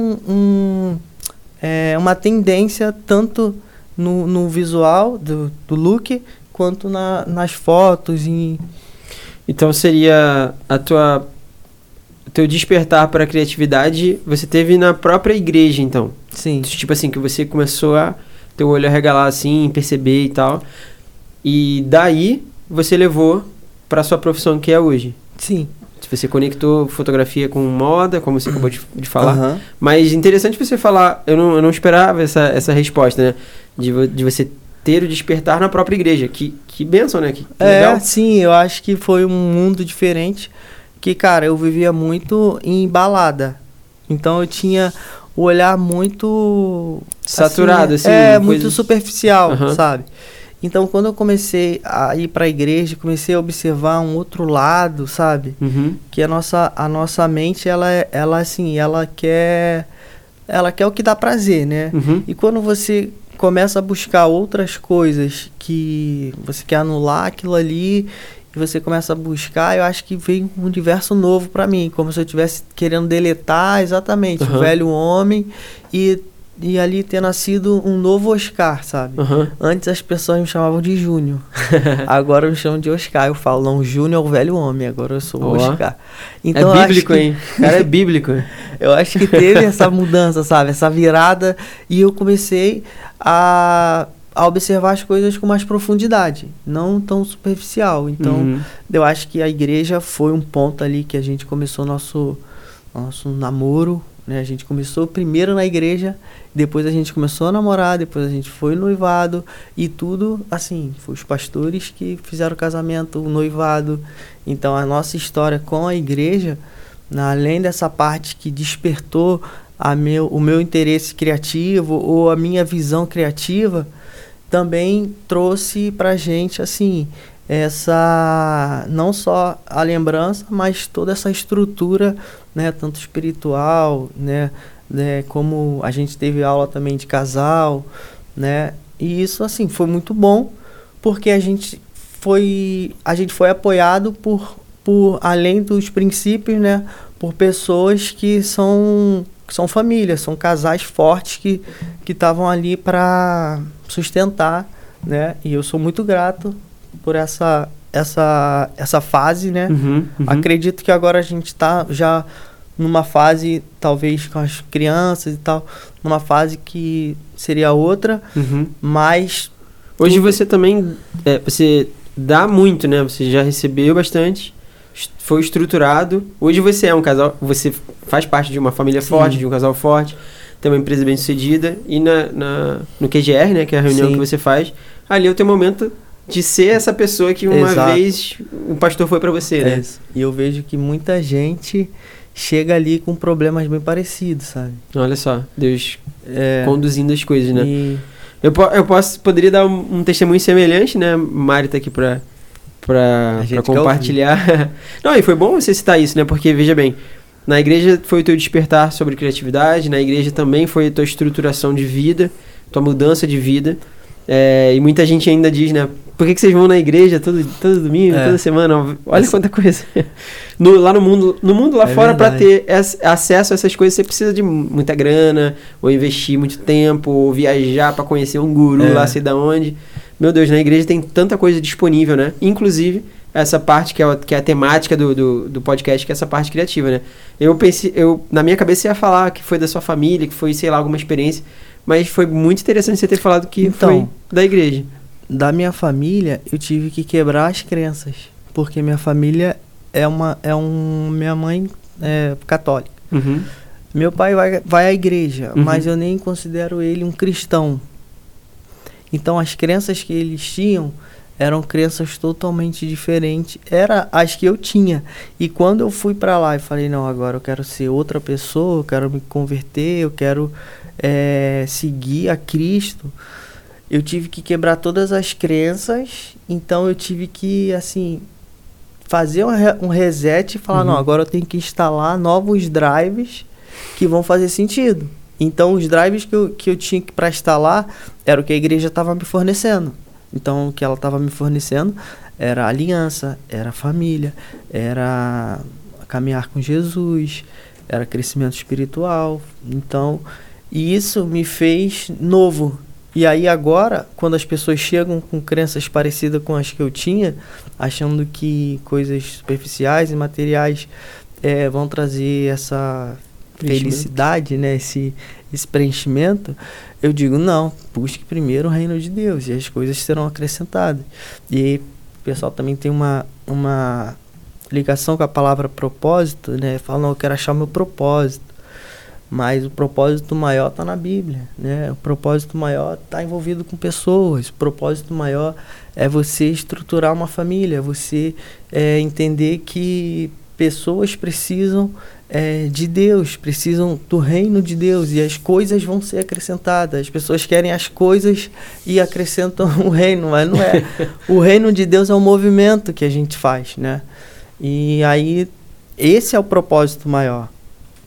uma tendência tanto no visual do look, quanto nas fotos. Então seria o teu despertar para a criatividade, você teve na própria igreja, então? Sim. Tipo assim, que você começou a ter o olho a regalar assim, perceber e tal. E daí você levou para sua profissão que é hoje. Sim. Você conectou fotografia com moda, como você acabou de falar. Mas interessante você falar, eu não esperava essa resposta, né? De você ter o despertar na própria igreja. Que bênção, né? Que legal. Sim, eu acho que foi um mundo diferente. Que, cara, eu vivia muito em balada. Então eu tinha o olhar muito... saturado, assim. muito superficial, sabe? Então, quando eu comecei a ir para a igreja, comecei a observar um outro lado, sabe? Que a nossa mente, ela quer o que dá prazer, né? E quando você começa a buscar outras coisas que você quer anular aquilo ali e você começa a buscar, eu acho que veio um universo novo para mim, como se eu estivesse querendo deletar exatamente o velho homem e ali ter nascido um novo Oscar, sabe? Antes as pessoas me chamavam de Júnior. Agora me chamam de Oscar. Eu falo, não, Júnior é o velho homem, agora eu sou o Oscar. Então, é bíblico, hein? O cara é bíblico. Eu acho que teve essa mudança, sabe? Essa virada. E eu comecei a observar as coisas com mais profundidade, não tão superficial. Então, eu acho que a igreja foi um ponto ali que a gente começou nosso namoro, né? A gente começou primeiro na igreja, depois a gente começou a namorar, depois a gente foi noivado e tudo assim, foi os pastores que fizeram o casamento, o noivado. Então a nossa história com a igreja, além dessa parte que despertou o meu interesse criativo ou a minha visão criativa, também trouxe pra gente assim, não só a lembrança, mas toda essa estrutura, né, tanto espiritual, né, como a gente teve aula também de casal, né, e isso assim foi muito bom, porque a gente foi apoiado por além dos princípios, né, por pessoas que são famílias, são casais fortes que estavam ali para sustentar, né, e eu sou muito grato por essa fase, né? Acredito que agora a gente está já numa fase, talvez com as crianças e tal, numa fase que seria outra, mas... Hoje você também, você dá muito, né? Você já recebeu bastante, foi estruturado. Hoje você é um casal, você faz parte de uma família forte, de um casal forte, tem uma empresa bem sucedida, e no QGR, né? Que é a reunião que você faz, ali é o teu momento de ser essa pessoa que uma vez o pastor foi para você, né? E eu vejo que muita gente chega ali com problemas bem parecidos, sabe? Olha só, Deus conduzindo as coisas, né? Eu poderia dar um testemunho semelhante, né? Mari tá aqui pra compartilhar. Não, e foi bom você citar isso, né? Porque, veja bem, na igreja foi o teu despertar sobre criatividade, na igreja também foi a tua estruturação de vida, tua mudança de vida. E muita gente ainda diz, né? Por que vocês vão na igreja todo domingo, toda semana? Olha quanta coisa. Lá no mundo lá fora, para ter acesso a essas coisas, você precisa de muita grana, ou investir muito tempo, ou viajar para conhecer um guru lá, sei da onde. Meu Deus, na igreja tem tanta coisa disponível, né? Inclusive, essa parte que é a temática do podcast, que é essa parte criativa, né? Na minha cabeça ia falar que foi da sua família, que foi, sei lá, alguma experiência, mas foi muito interessante você ter falado que foi da igreja. Da minha família, eu tive que quebrar as crenças, porque minha família minha mãe é católica. Meu pai vai à igreja, mas eu nem considero ele um cristão. Então as crenças que eles tinham eram crenças totalmente diferentes, era as que eu tinha. E quando eu fui para lá e falei, não, agora eu quero ser outra pessoa, eu quero me converter, eu quero seguir a Cristo, eu tive que quebrar todas as crenças. Então eu tive que, assim, fazer um reset e falar, não, agora eu tenho que instalar novos drives que vão fazer sentido. Então os drives que eu tinha para instalar era o que a igreja estava me fornecendo. Então o que ela estava me fornecendo era aliança, era família, era caminhar com Jesus, era crescimento espiritual. Então, e isso me fez novo. E aí agora, quando as pessoas chegam com crenças parecidas com as que eu tinha, achando que coisas superficiais e materiais vão trazer essa felicidade, né? Esse preenchimento, eu digo, não, busque primeiro o reino de Deus e as coisas serão acrescentadas. E aí, o pessoal também tem uma ligação com a palavra propósito, né? Fala, não, eu quero achar o meu propósito. Mas o propósito maior está na Bíblia, né? O propósito maior está envolvido com pessoas. O propósito maior é você estruturar uma família, você entender que pessoas precisam de Deus, precisam do reino de Deus, e as coisas vão ser acrescentadas. As pessoas querem as coisas e acrescentam o reino, mas não é. O reino de Deus é um movimento que a gente faz, né? E aí, esse é o propósito maior.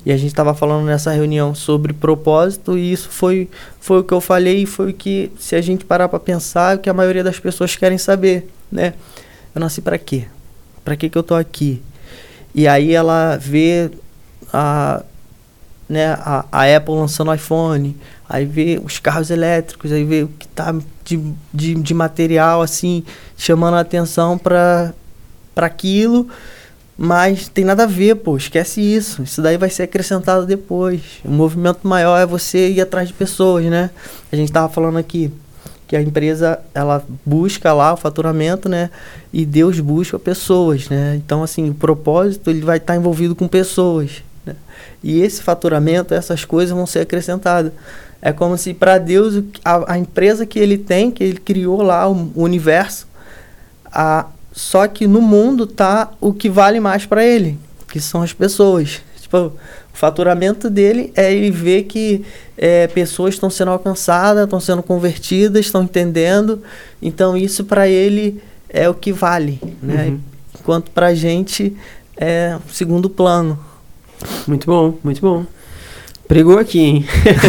E a gente estava falando nessa reunião sobre propósito, e isso foi o que eu falei, e foi o que, se a gente parar para pensar, é o que a maioria das pessoas querem saber, né? Eu nasci para quê? Para que eu tô aqui? E aí ela vê a Apple lançando iPhone, aí vê os carros elétricos, aí vê o que tá de material, assim, chamando a atenção para aquilo, mas tem nada a ver, pô, esquece isso. Isso daí vai ser acrescentado depois. O movimento maior é você ir atrás de pessoas, né? A gente tava falando aqui que a empresa, ela busca lá o faturamento, né? E Deus busca pessoas, né? Então, assim, o propósito, ele vai estar envolvido com pessoas, né? E esse faturamento, essas coisas vão ser acrescentadas. É como se para Deus, a empresa que ele tem, que ele criou lá, o universo, só que no mundo tá o que vale mais para ele, que são as pessoas. Tipo, o faturamento dele é ele ver que pessoas estão sendo alcançadas, estão sendo convertidas, estão entendendo. Então isso para ele é o que vale, né? Enquanto para a gente é segundo plano. Muito bom, muito bom. Pregou aqui, hein?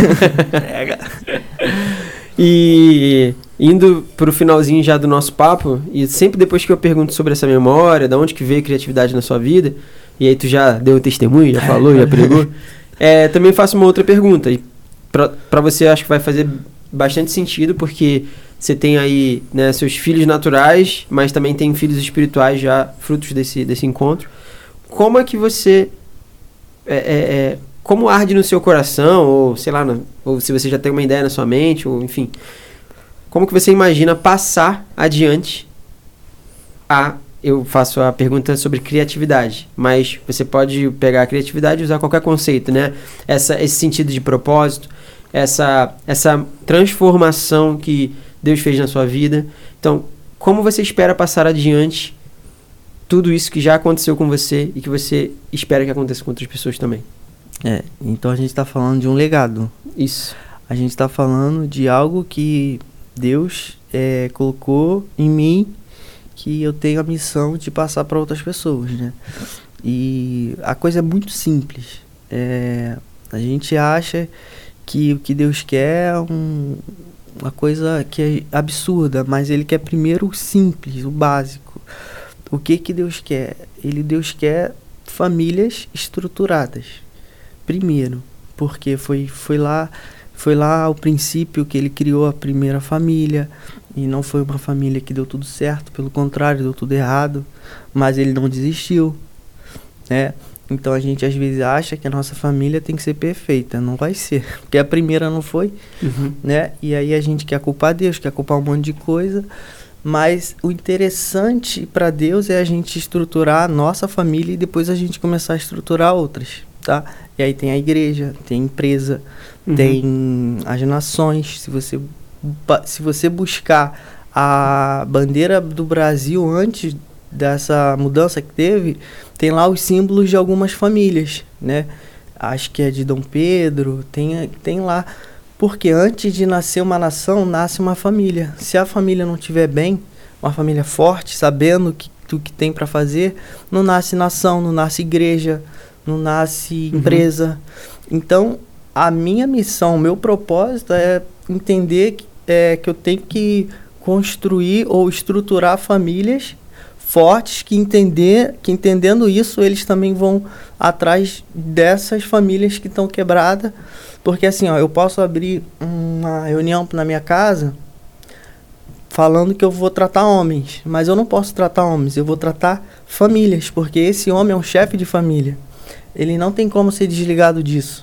E indo pro finalzinho já do nosso papo, e sempre depois que eu pergunto sobre essa memória, da onde que veio a criatividade na sua vida, e aí tu já deu o testemunho, já falou, já pregou, também faço uma outra pergunta, e pra você acho que vai fazer bastante sentido, porque você tem aí, né, seus filhos naturais, mas também tem filhos espirituais já, frutos desse encontro. Como é que você... como arde no seu coração, ou sei lá, ou se você já tem uma ideia na sua mente, ou enfim, como que você imagina passar adiante eu faço a pergunta sobre criatividade, mas você pode pegar a criatividade e usar qualquer conceito, né? Esse sentido de propósito, essa transformação que Deus fez na sua vida. Então, como você espera passar adiante tudo isso que já aconteceu com você e que você espera que aconteça com outras pessoas também? Então a gente está falando de um legado. Isso. A gente está falando de algo que Deus colocou em mim, que eu tenho a missão de passar para outras pessoas, né? E a coisa é muito simples. A gente acha que o que Deus quer é uma coisa que é absurda, mas Ele quer primeiro o simples, o básico. O que Deus quer? Deus quer famílias estruturadas. Primeiro, porque foi lá o princípio que ele criou a primeira família, e não foi uma família que deu tudo certo, pelo contrário, deu tudo errado, mas ele não desistiu, né? Então a gente às vezes acha que a nossa família tem que ser perfeita, não vai ser, porque a primeira não foi, né? E aí a gente quer culpar Deus, quer culpar um monte de coisa, mas o interessante para Deus é a gente estruturar a nossa família e depois a gente começar a estruturar outras, tá? E aí tem a igreja, tem a empresa, tem as nações. Se você buscar a bandeira do Brasil antes dessa mudança que teve, tem lá os símbolos de algumas famílias, né? Acho que é de Dom Pedro, tem lá. Porque antes de nascer uma nação, nasce uma família. Se a família não estiver bem, uma família forte, sabendo o que tem para fazer, não nasce nação, não nasce igreja, não nasce empresa. Então, a minha missão, o meu propósito é entender que eu tenho que construir ou estruturar famílias fortes que entendendo isso, eles também vão atrás dessas famílias que estão quebradas. Porque assim, eu posso abrir uma reunião na minha casa falando que eu vou tratar homens, mas eu não posso tratar homens, eu vou tratar famílias, porque esse homem é um chefe de família. Ele não tem como ser desligado disso.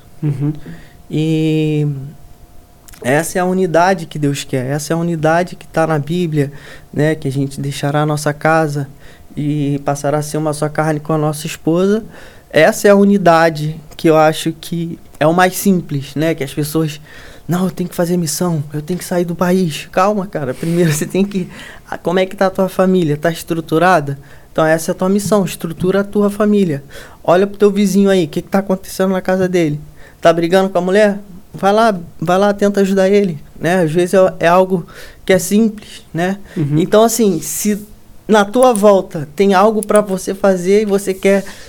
E essa é a unidade que Deus quer, essa é a unidade que está na Bíblia, né? Que a gente deixará a nossa casa e passará a ser uma só carne com a nossa esposa. Essa é a unidade que eu acho que é o mais simples, né? Que as pessoas... Não, eu tenho que fazer missão, eu tenho que sair do país. Calma, cara. Primeiro você tem que... Como é que tá a tua família? Tá estruturada? Então essa é a tua missão, estrutura a tua família. Olha pro teu vizinho aí, o que tá acontecendo na casa dele? Tá brigando com a mulher? Vai lá, tenta ajudar ele, né? Às vezes é algo que é simples, né? Então assim, se na tua volta tem algo para você fazer e você quer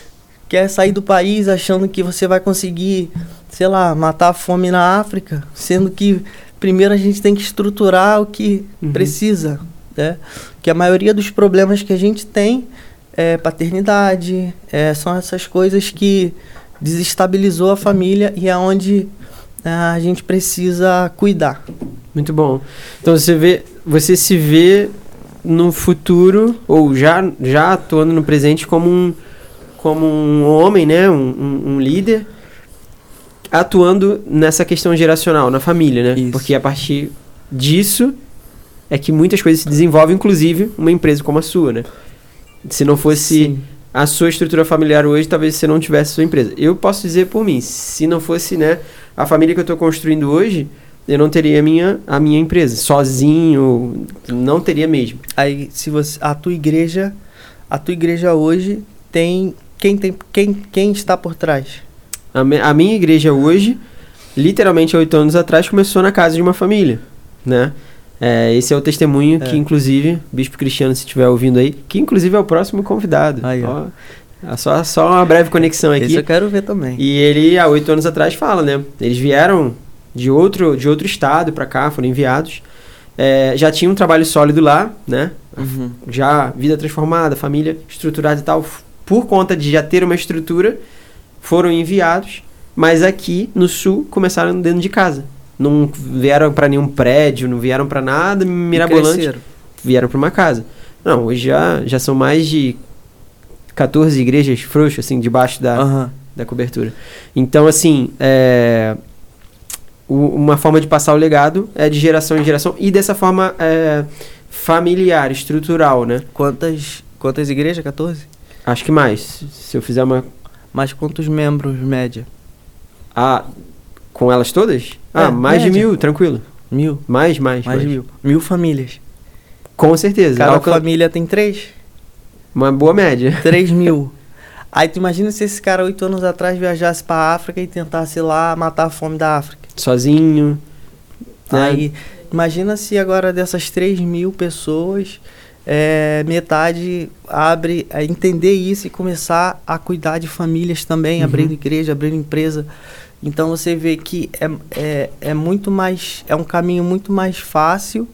quer sair do país achando que você vai conseguir, sei lá, matar a fome na África, sendo que primeiro a gente tem que estruturar o que precisa, né? Que a maioria dos problemas que a gente tem é paternidade, são essas coisas que desestabilizou a família e é onde a gente precisa cuidar. Muito bom. Então você se vê no futuro, ou já atuando no presente como um homem, né? Um líder, atuando nessa questão geracional, na família, né? Isso. Porque a partir disso é que muitas coisas se desenvolvem, inclusive uma empresa como a sua, né? Se não fosse Sim. a sua estrutura familiar hoje, talvez você não tivesse sua empresa. Eu posso dizer por mim, se não fosse, né, a família que eu estou construindo hoje, eu não teria a minha empresa. Sozinho, não teria mesmo. Aí, se você, a tua igreja hoje tem quem está por trás? A minha igreja hoje, literalmente há 8 anos atrás, começou na casa de uma família, né? Esse é o testemunho que, inclusive, Bispo Cristiano, se estiver ouvindo aí, que inclusive é o próximo convidado. Aí, ó. Só uma breve conexão aqui. Esse eu quero ver também. E ele, há 8 anos atrás, fala, né? Eles vieram de outro estado para cá, foram enviados. Já tinha um trabalho sólido lá, né? Já vida transformada, família estruturada e tal. Por conta de já ter uma estrutura, foram enviados. Mas aqui, no sul, começaram dentro de casa. Não vieram para nenhum prédio, não vieram para nada mirabolante. Vieram para uma casa. Não, hoje já são mais de 14 igrejas frouxas, assim, debaixo da cobertura. Então, assim, uma forma de passar o legado é de geração em geração e dessa forma familiar, estrutural, né? Quantas igrejas? 14? Acho que mais. Se eu fizer uma... Mas quantos membros, média? Com elas todas? Mais média. de 1.000, tranquilo. 1.000? Mais de 1.000. 1.000 famílias. Com certeza. Cada família tem 3? Uma boa média. 3.000. Aí tu imagina se esse cara 8 anos atrás viajasse pra África e tentasse lá matar a fome da África. Sozinho. Aí, imagina se agora dessas 3.000 pessoas, metade abre a entender isso e começar a cuidar de famílias também, abrindo igreja, abrindo empresa. Então você vê que é muito mais, é um caminho muito mais fácil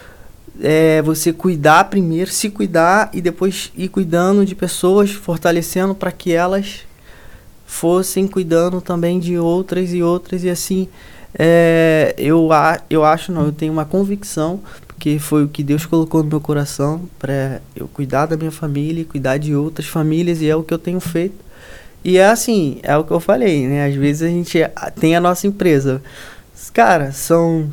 você cuidar primeiro, se cuidar e depois ir cuidando de pessoas, fortalecendo para que elas fossem cuidando também de outras e assim. Eu tenho uma convicção, porque foi o que Deus colocou no meu coração para eu cuidar da minha família e cuidar de outras famílias, e é o que eu tenho feito. E assim, é o que eu falei, né? Às vezes a gente tem a nossa empresa. Cara, são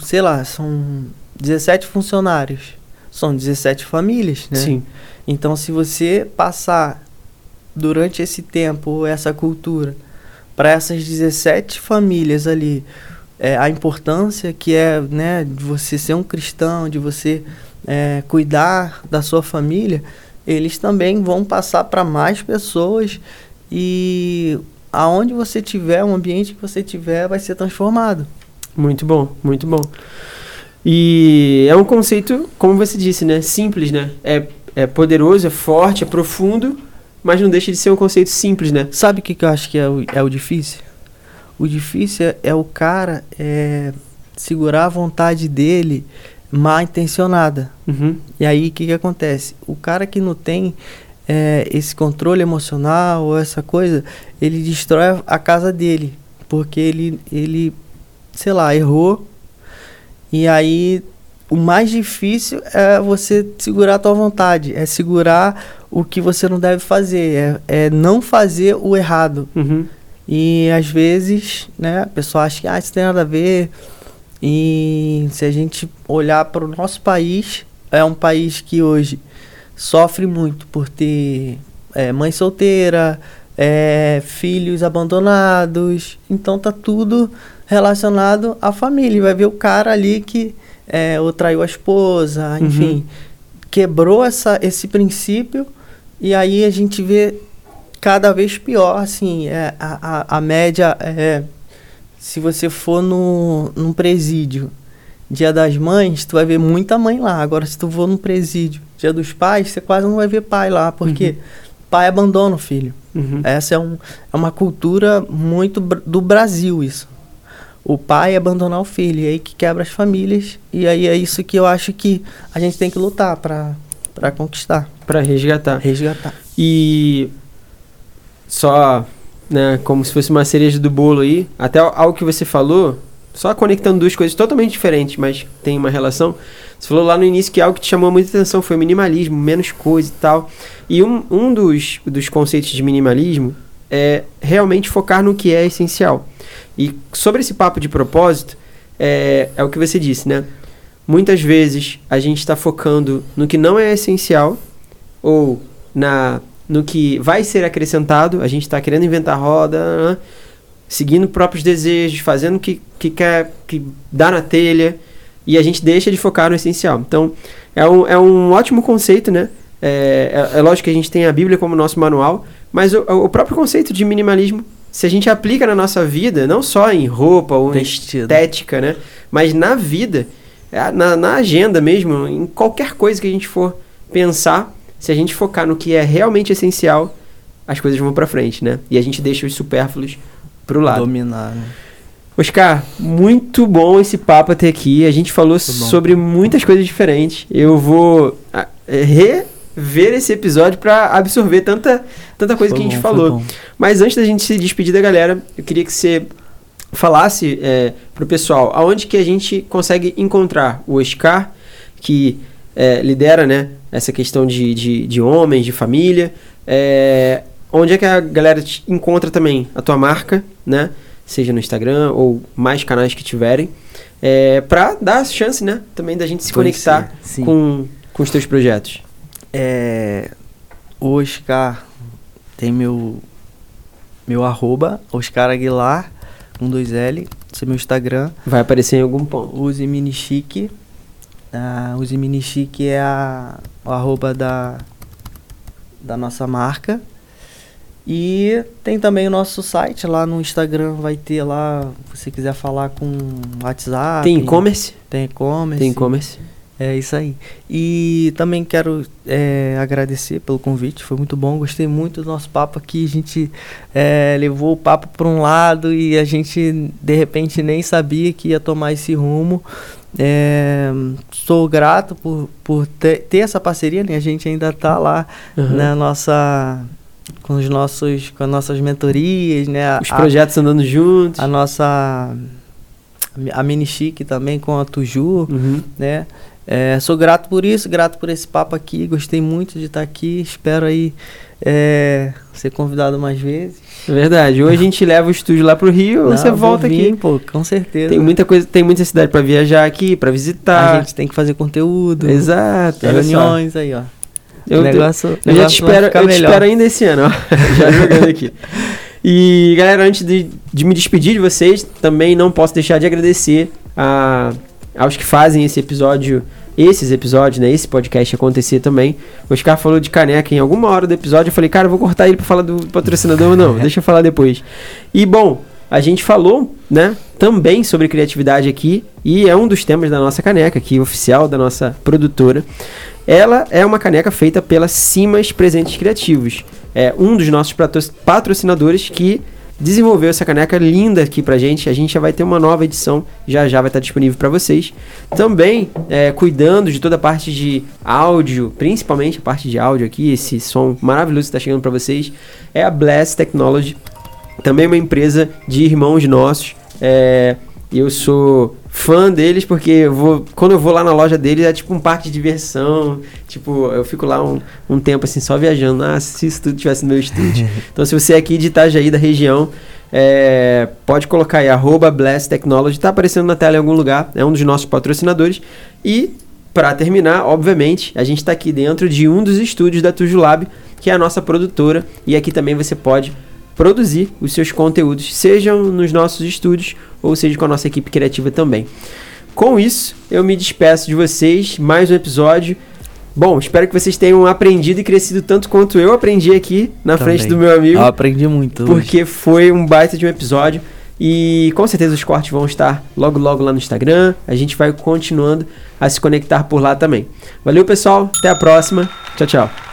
17 funcionários. São 17 famílias, né? Sim. Então, se você passar durante esse tempo, essa cultura, para essas 17 famílias ali, a importância que é, né, de você ser um cristão, de você cuidar da sua família, eles também vão passar para mais pessoas. E aonde você tiver, o ambiente que você tiver, vai ser transformado. Muito bom, muito bom. E é um conceito, como você disse, né? Simples, né? É poderoso, é forte, é profundo, mas não deixa de ser um conceito simples, né? Sabe o que eu acho que é o difícil? O difícil é o cara segurar a vontade dele mal intencionada. E aí, o que acontece? O cara que não tem esse controle emocional ou essa coisa, ele destrói a casa dele, porque ele sei lá, errou. E aí o mais difícil é você segurar a tua vontade, é segurar o que você não deve fazer, é não fazer o errado. E às vezes, né, a pessoa acha que isso tem nada a ver. E se a gente olhar para o nosso país, é um país que hoje sofre muito por ter mãe solteira, filhos abandonados. Então tá tudo relacionado à família. Vai ver o cara ali que ou traiu a esposa, enfim, quebrou esse princípio, e aí a gente vê cada vez pior, assim, a média se você for num presídio Dia das Mães, tu vai ver muita mãe lá. Agora, se tu for num presídio Dia dos Pais, você quase não vai ver pai lá, porque pai abandona o filho. Essa é uma cultura muito do Brasil, isso. O pai abandonar o filho, e aí que quebra as famílias, e aí é isso que eu acho que a gente tem que lutar para conquistar. Para resgatar. Resgatar. E só, né, como se fosse uma cereja do bolo aí, até algo que você falou, só conectando duas coisas totalmente diferentes, mas tem uma relação. Você falou lá no início que algo que te chamou muita atenção foi o minimalismo, menos coisa e tal. E um dos conceitos de minimalismo é realmente focar no que é essencial. E sobre esse papo de propósito, é o que você disse, né? Muitas vezes a gente está focando no que não é essencial ou no que vai ser acrescentado. A gente está querendo inventar roda, seguindo próprios desejos, fazendo o que quer, que dá na telha, e a gente deixa de focar no essencial. Então, é um ótimo conceito, né? É lógico que a gente tem a Bíblia como nosso manual, mas o próprio conceito de minimalismo, se a gente aplica na nossa vida, não só em roupa ou em estética, né? Mas na vida, na agenda mesmo, em qualquer coisa que a gente for pensar, se a gente focar no que é realmente essencial, as coisas vão pra frente, né? E a gente deixa os supérfluos pro lado. Dominar, né? Oscar, muito bom esse papo até aqui. A gente falou sobre muitas coisas diferentes. Eu vou rever esse episódio para absorver tanta coisa que a gente falou. Mas antes da gente se despedir da galera, eu queria que você falasse pro pessoal aonde que a gente consegue encontrar o Oscar, que lidera, né, essa questão de homens, de família. Onde é que a galera te encontra também a tua marca, né? Seja no Instagram ou mais canais que tiverem, para dar a chance, né, também da gente se conectar com os teus projetos. O Oscar tem meu arroba, Oscar Aguilar, com 2L, esse é meu Instagram. Vai aparecer em algum ponto. Use Mini Chique. Use Mini Chique é o arroba da nossa marca. E tem também o nosso site lá no Instagram, vai ter lá, se você quiser falar com WhatsApp. Tem e-commerce? Tem e-commerce. Tem e-commerce. É isso aí. E também quero agradecer pelo convite, foi muito bom, gostei muito do nosso papo aqui, a gente levou o papo para um lado e a gente de repente nem sabia que ia tomar esse rumo. Sou grato por ter essa parceria, né? A gente ainda está lá na nossa... com as nossas mentorias, né? Os projetos andando juntos. A Mini Chique também com a Tuju, né? Sou grato por isso, grato por esse papo aqui, gostei muito de estar aqui, espero aí ser convidado mais vezes. É verdade, hoje a gente leva o estúdio lá pro Rio, você volta aqui. Pô, com certeza. Tem muita coisa, tem muita cidade para viajar aqui, para visitar. A gente tem que fazer conteúdo. Exato. Reuniões aí, ó. Eu já te espero ainda esse ano, ó. Já jogando aqui. E galera, antes de me despedir de vocês, também não posso deixar de agradecer aos que fazem esses episódios, né, esse podcast acontecer também. O Oscar falou de caneca em alguma hora do episódio, eu falei, cara, eu vou cortar ele pra falar do patrocinador ou não, deixa eu falar depois. E bom, a gente falou, né, também sobre criatividade aqui, e é um dos temas da nossa caneca aqui, oficial da nossa produtora. Ela é uma caneca feita pela Simas Presentes Criativos. É um dos nossos patrocinadores que desenvolveu essa caneca linda aqui pra gente. A gente já vai ter uma nova edição, já vai estar disponível para vocês. Também cuidando de toda a parte de áudio, principalmente a parte de áudio aqui, esse som maravilhoso que está chegando para vocês, é a Blast Technology. Também uma empresa de irmãos nossos. Eu sou fã deles porque quando eu vou lá na loja deles é tipo um parque de diversão, tipo, eu fico lá um tempo assim só viajando, se isso tudo tivesse no meu estúdio. Então se você é aqui de Itajaí, da região, pode colocar aí @Blast Technology, tá aparecendo na tela em algum lugar, é um dos nossos patrocinadores. E para terminar, obviamente, a gente está aqui dentro de um dos estúdios da Tuju Lab, que é a nossa produtora, e aqui também você pode produzir os seus conteúdos, sejam nos nossos estúdios ou seja com a nossa equipe criativa também. Com isso, eu me despeço de vocês, mais um episódio. Bom, espero que vocês tenham aprendido e crescido tanto quanto eu aprendi aqui na frente do meu amigo. Eu aprendi muito. Porque hoje foi um baita de um episódio e com certeza os cortes vão estar logo lá no Instagram. A gente vai continuando a se conectar por lá também. Valeu, pessoal. Até a próxima. Tchau, tchau.